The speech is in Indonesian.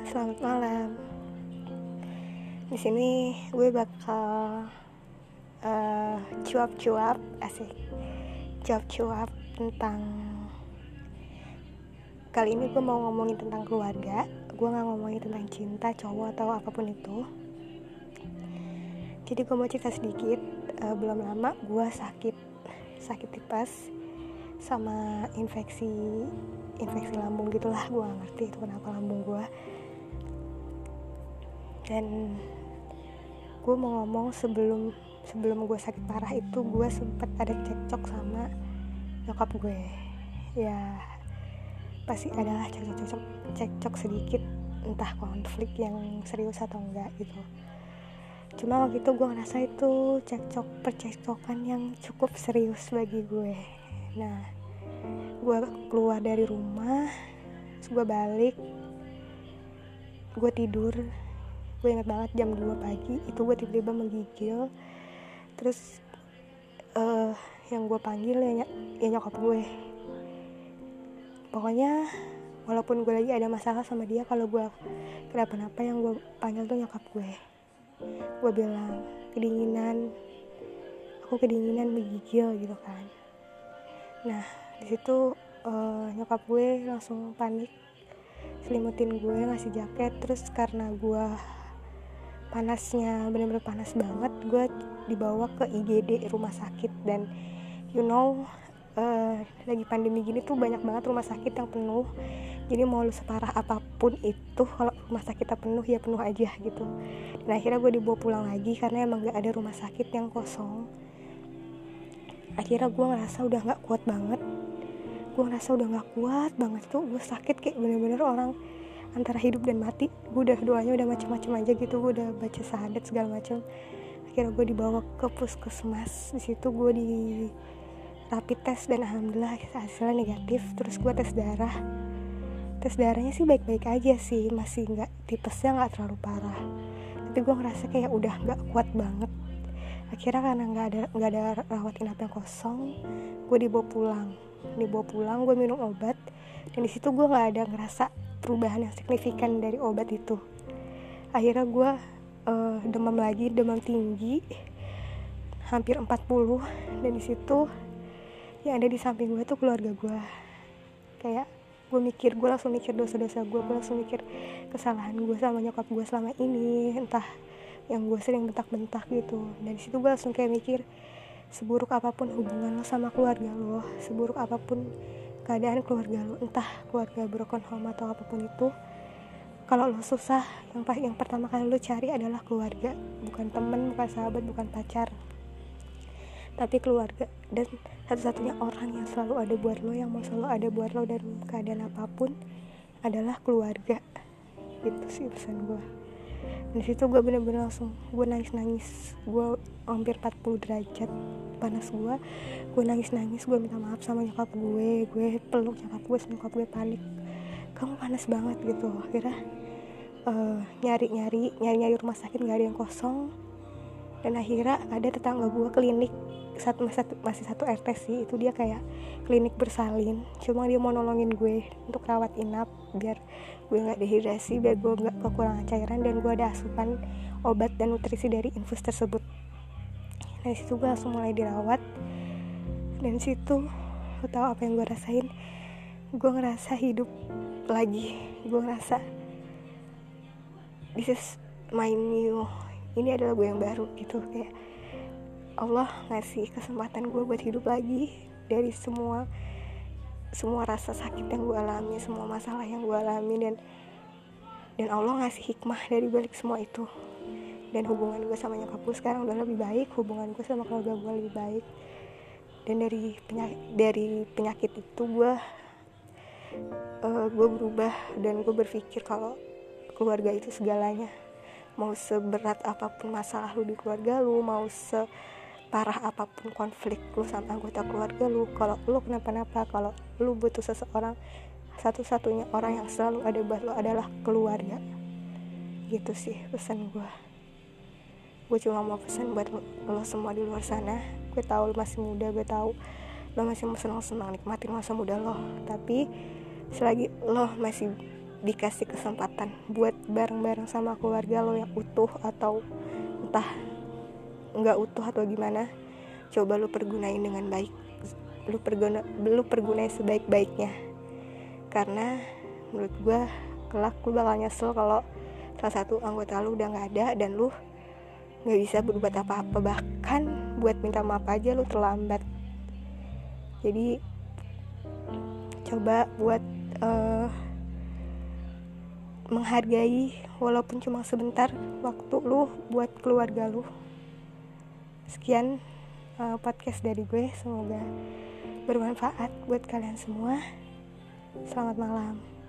Selamat malam. Di sini gue bakal cuap-cuap, asik. Cuap-cuap tentang, kali ini gue mau ngomongin tentang keluarga. Gue nggak ngomongin tentang cinta, cowok atau apapun itu. Jadi gue mau cerita sedikit. Belum lama gue sakit tipes sama infeksi lambung gitulah. Gue nggak ngerti itu kenapa lambung gue. Dan gue mau ngomong sebelum gue sakit parah itu, gue sempet ada cekcok sama nyokap gue. Ya pasti adalah cekcok sedikit, entah konflik yang serius atau enggak gitu. Cuma waktu itu gue ngerasa itu percekcokan yang cukup serius bagi gue. Nah, gue keluar dari rumah, terus gue balik, gue tidur. Gue ingat banget jam 2 pagi itu gue tiba-tiba menggigil. Terus yang gue panggil ya nyokap gue. Pokoknya walaupun gue lagi ada masalah sama dia, kalau gue kenapa-napa yang gue panggil tuh nyokap gue. Gue bilang aku kedinginan menggigil gitu kan. Nah disitu nyokap gue langsung panik, selimutin gue, ngasih jaket. Terus karena gue panasnya benar-benar panas banget, gue dibawa ke IGD rumah sakit. Dan lagi pandemi gini tuh banyak banget rumah sakit yang penuh. Jadi mau lu separah apapun itu, kalau rumah sakitnya penuh ya penuh aja gitu. Dan akhirnya gue dibawa pulang lagi karena emang gak ada rumah sakit yang kosong. Akhirnya gue ngerasa udah gak kuat banget. Tuh gue sakit kayak bener-bener orang antara hidup dan mati. Gue udah doanya udah macem-macem aja gitu, gue udah baca syahadat segala macem. Akhirnya gue dibawa ke puskesmas. Di situ gue di rapid test dan alhamdulillah hasilnya negatif. Terus gue tes darahnya sih baik-baik aja sih, masih nggak, tipesnya nggak terlalu parah. Tapi gue ngerasa kayak udah nggak kuat banget. Akhirnya karena nggak ada rawat inap yang kosong, gue dibawa pulang. Gue minum obat dan di situ gue nggak ada ngerasa perubahan yang signifikan dari obat itu. Akhirnya gue demam tinggi hampir 40. Dan di situ yang ada di samping gue tuh keluarga gue. Kayak gue langsung mikir dosa-dosa gue langsung mikir kesalahan gue sama nyokap gue selama ini, entah yang gue sering bentak-bentak gitu. Dan di situ gue langsung kayak mikir, seburuk apapun hubungan lo sama keluarga lo, seburuk apapun keadaan keluarga lo, entah keluarga broken home atau apapun itu, kalau lo susah, yang pertama kali lo cari adalah keluarga, bukan teman, bukan sahabat, bukan pacar, tapi keluarga. Dan satu-satunya orang yang selalu ada buat lo, yang mau selalu ada buat lo dalam keadaan apapun, adalah keluarga. Itu sih pesan gue. Di situ gue bener-bener langsung, gue nangis, gue hampir 40 derajat panas gue nangis, gue minta maaf sama nyokap gue peluk nyokap gue, sama nyokap gue panik, kamu panas banget gitu. Akhirnya nyari rumah sakit nggak ada yang kosong. Dan akhirnya ada tetangga gue klinik, masih satu RT sih, itu dia kayak klinik bersalin, cuma dia mau nolongin gue untuk rawat inap biar gue nggak dehidrasi, biar gue nggak kekurangan cairan, dan gue ada asupan obat dan nutrisi dari infus tersebut. Dari situ gue langsung mulai dirawat. Dan situ lo tau apa yang gue rasain? Gue ngerasa hidup lagi. Gue ngerasa this is my new, ini adalah gue yang baru gitu. Kayak Allah ngasih kesempatan gue buat hidup lagi dari semua rasa sakit yang gue alami, semua masalah yang gue alami. Dan Allah ngasih hikmah dari balik semua itu. Dan hubungan gue sama nyokap gue sekarang udah lebih baik, hubungan gue sama keluarga gue lebih baik. Dan dari penyakit itu gue berubah, dan gue berpikir kalau keluarga itu segalanya. Mau seberat apapun masalah lu di keluarga lu, mau separah apapun konflik lu sama anggota keluarga lu, kalau lu kenapa-napa, kalau lu butuh seseorang, satu-satunya orang yang selalu ada buat lu adalah keluarga. Gitu sih pesan gue. Gue cuma mau pesan buat lo semua di luar sana. Gue tahu lo masih muda, gue tahu lo masih mau senang-senang nikmatin masa muda lo. Tapi selagi lo masih dikasih kesempatan buat bareng-bareng sama keluarga lo yang utuh atau entah nggak utuh atau gimana, coba lu pergunain dengan baik, lu pergunain sebaik-baiknya, karena menurut gue kelak lu bakal nyesel kalau salah satu anggota lu udah nggak ada dan lu nggak bisa berbuat apa-apa, bahkan buat minta maaf aja lu terlambat. Jadi coba buat menghargai walaupun cuma sebentar waktu lu buat keluarga lu. Sekian podcast dari gue, semoga bermanfaat buat kalian semua. Selamat malam.